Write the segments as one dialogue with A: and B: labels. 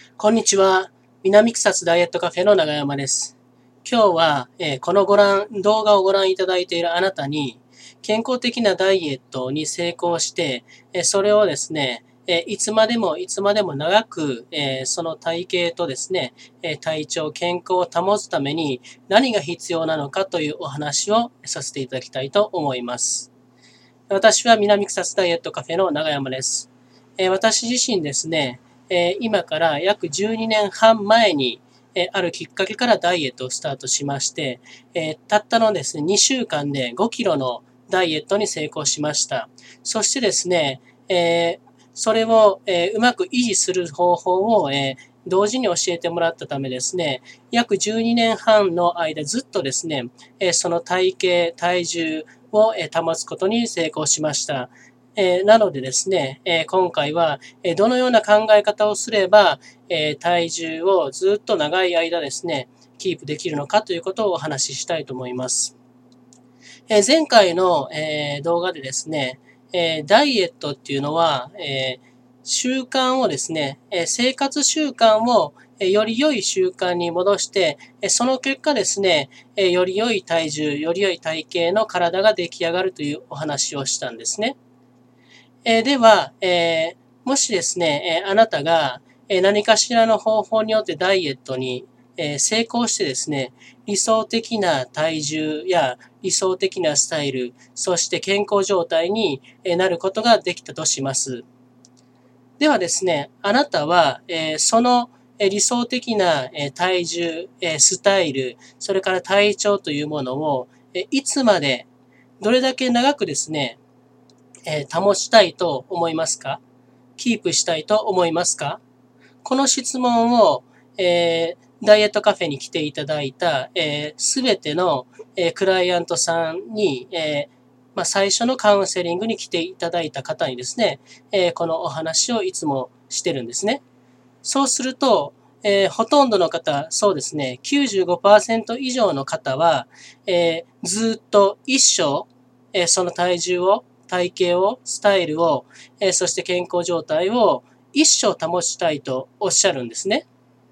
A: こんにちは。南草津ダイエットカフェの長山です。今日は、この動画をご覧いただいているあなたに、健康的なダイエットに成功して、それをですね、いつまでも長く、その体型とですね、体調、健康を保つために何が必要なのかというお話をさせていただきたいと思います。私は南草津ダイエットカフェの長山です。私自身ですね、今から約12年半前に、あるきっかけからダイエットをスタートしまして、たったのですね、2週間で5キロのダイエットに成功しました。そしてですね、それを、うまく維持する方法を、同時に教えてもらったためですね、約12年半の間ずっとですね、その体型、体重を保つことに成功しました。なのでですね、今回はどのような考え方をすれば、体重をずっと長い間ですね、キープできるのかということをお話ししたいと思います。前回の動画でですね、ダイエットっていうのは、習慣をですね、生活習慣をより良い習慣に戻して、その結果ですね、より良い体重、より良い体型の体が出来上がるというお話をしたんですね。では、もしですね、あなたが何かしらの方法によってダイエットに成功してですね、理想的な体重や理想的なスタイル、そして健康状態になることができたとします。ではですね、あなたはその理想的な体重、スタイル、それから体調というものをいつまで、どれだけ長くですね、保ちたいと思いますか？キープしたいと思いますか？この質問を、ダイエットカフェに来ていただいた、すべての、クライアントさんに、最初のカウンセリングに来ていただいた方にですね、このお話をいつもしてるんですね。そうすると、ほとんどの方、そうですね、95% 以上の方は、ずっと一生、その体重を、体型を、スタイルを、そして健康状態を一生保ちたいとおっしゃるんですね。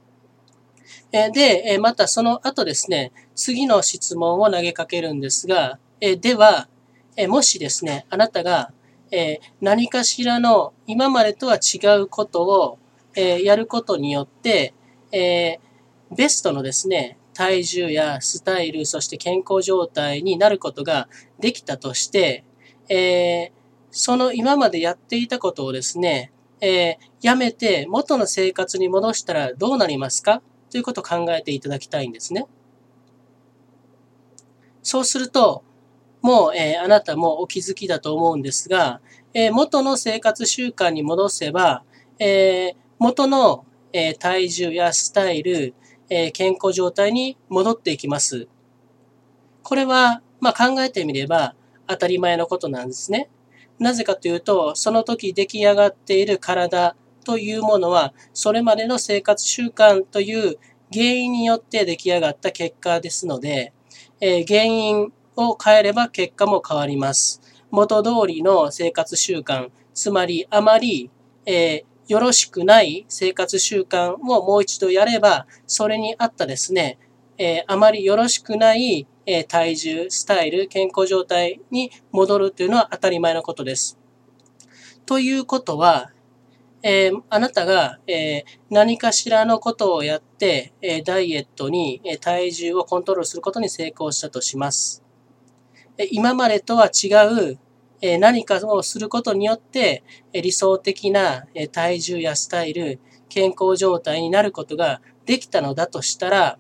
A: で、またその後ですね、次の質問を投げかけるんですが、では、もしですね、あなたが、何かしらの今までとは違うことを、やることによって、ベストのですね、体重やスタイル、そして健康状態になることができたとして、その今までやっていたことをですね、やめて元の生活に戻したらどうなりますかということを考えていただきたいんですね。そうすると、もう、あなたもお気づきだと思うんですが、元の生活習慣に戻せば、元の、体重やスタイル、健康状態に戻っていきます。これは、考えてみれば当たり前のことなんですね。なぜかというと、その時出来上がっている体というものは、それまでの生活習慣という原因によって出来上がった結果ですので、原因を変えれば結果も変わります。元通りの生活習慣、つまりあまり、よろしくない生活習慣をもう一度やれば、それに合ったですね、あまりよろしくない、体重、スタイル、健康状態に戻るというのは当たり前のことです。ということは、あなたが、何かしらのことをやって、ダイエットに、体重をコントロールすることに成功したとします。今までとは違う、何かをすることによって、理想的な、体重やスタイル、健康状態になることができたのだとしたら、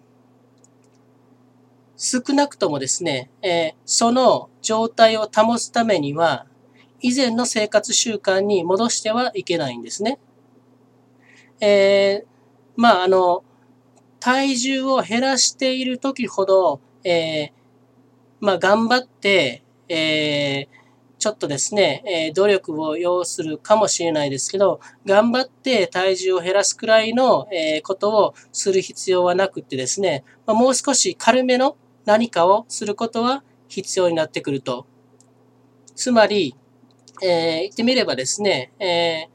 A: 少なくともですね、その状態を保つためには、以前の生活習慣に戻してはいけないんですね。体重を減らしている時ほど、頑張って、ちょっとですね、努力を要するかもしれないですけど、頑張って体重を減らすくらいの、ことをする必要はなくってですね、もう少し軽めの何かをすることは必要になってくると。つまり、言ってみればですね、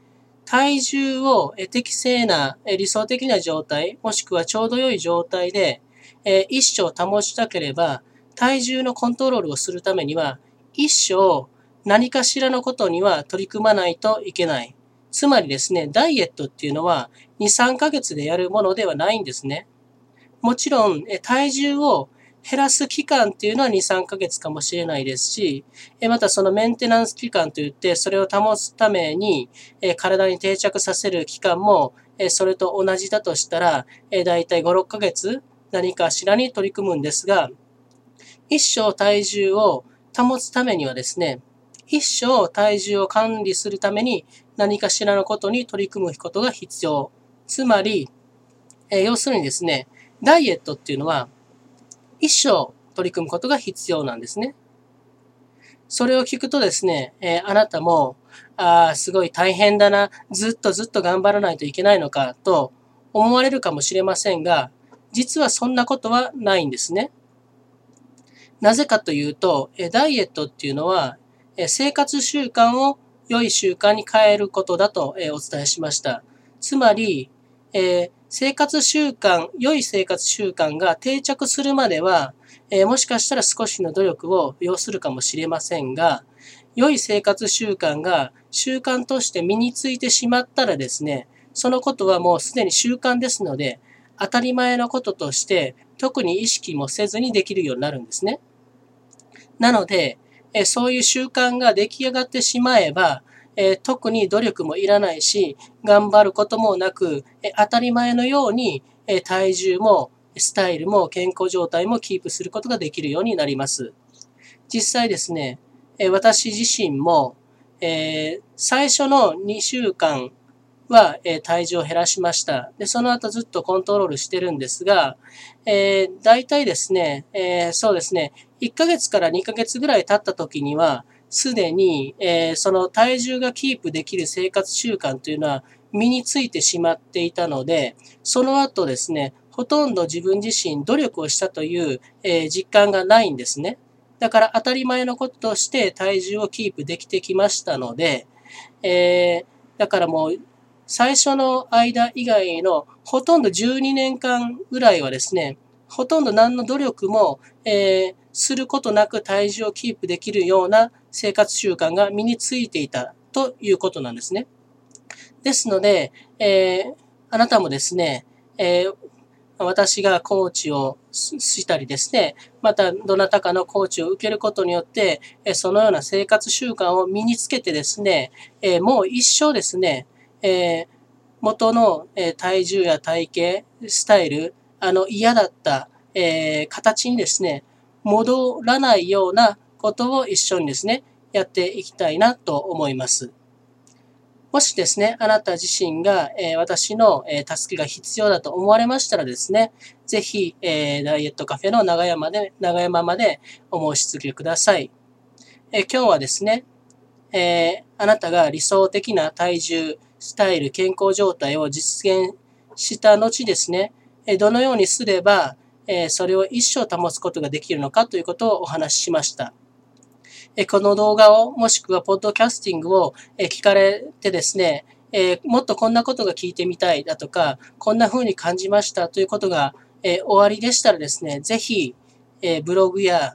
A: 体重を適正な理想的な状態、もしくはちょうど良い状態で一生保ちたければ、体重のコントロールをするためには、一生何かしらのことには取り組まないといけない。つまりですね、ダイエットっていうのは2、3ヶ月でやるものではないんですね。もちろん、体重を減らす期間っていうのは2、3ヶ月かもしれないですし、またそのメンテナンス期間といって、それを保つために、体に定着させる期間も、それと同じだとしたら、だいたい5、6ヶ月何かしらに取り組むんですが、一生体重を保つためにはですね、一生体重を管理するために何かしらのことに取り組むことが必要。つまり、要するにですね、ダイエットっていうのは一生取り組むことが必要なんですね。それを聞くとですね、あなたも、すごい大変だな、ずっと頑張らないといけないのかと思われるかもしれませんが、実はそんなことはないんですね。なぜかというと、ダイエットっていうのは、生活習慣を良い習慣に変えることだとお伝えしました。つまり、生活習慣、良い生活習慣が定着するまでは、もしかしたら少しの努力を要するかもしれませんが、良い生活習慣が習慣として身についてしまったらですね、そのことはもうすでに習慣ですので、当たり前のこととして特に意識もせずにできるようになるんですね。なので、そういう習慣が出来上がってしまえば、特に努力もいらないし、頑張ることもなく、当たり前のように、体重もスタイルも健康状態もキープすることができるようになります。実際ですね、私自身も、最初の2週間は、体重を減らしました。で、その後ずっとコントロールしてるんですが、大体ですね、そうですね、1ヶ月から2ヶ月ぐらい経った時には、すでに、その体重がキープできる生活習慣というのは身についてしまっていたので、その後ですね、ほとんど自分自身努力をしたという、実感がないんですね。だから当たり前のこととして体重をキープできてきましたので、だからもう最初の間以外のほとんど12年間ぐらいはですね、ほとんど何の努力も、することなく体重をキープできるような生活習慣が身についていたということなんですね。ですので、あなたもですね、私がコーチをしたりですね、またどなたかのコーチを受けることによって、そのような生活習慣を身につけてですね、もう一生ですね、元の体重や体型、スタイル、嫌だった、形にですね、戻らないようなことを一緒にですね、やっていきたいなと思います。もしですね、あなた自身が、私の、助けが必要だと思われましたらですね、ぜひ、ダイエットカフェの長山までお申し付けください。今日はですね、あなたが理想的な体重、スタイル、健康状態を実現した後ですね、どのようにすれば、それを一生保つことができるのかということをお話ししました。この動画をもしくはポッドキャスティングを聞かれてですね、もっとこんなことが聞いてみたいだとか、こんな風に感じましたということが終わりでしたらですね、ぜひブログや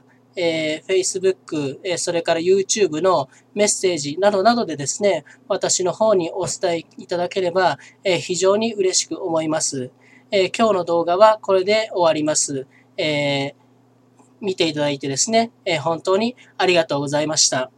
A: Facebook、それから YouTube のメッセージなどなどでですね、私の方にお伝えいただければ非常に嬉しく思います。今日の動画はこれで終わります。見ていただいてですね、本当にありがとうございました。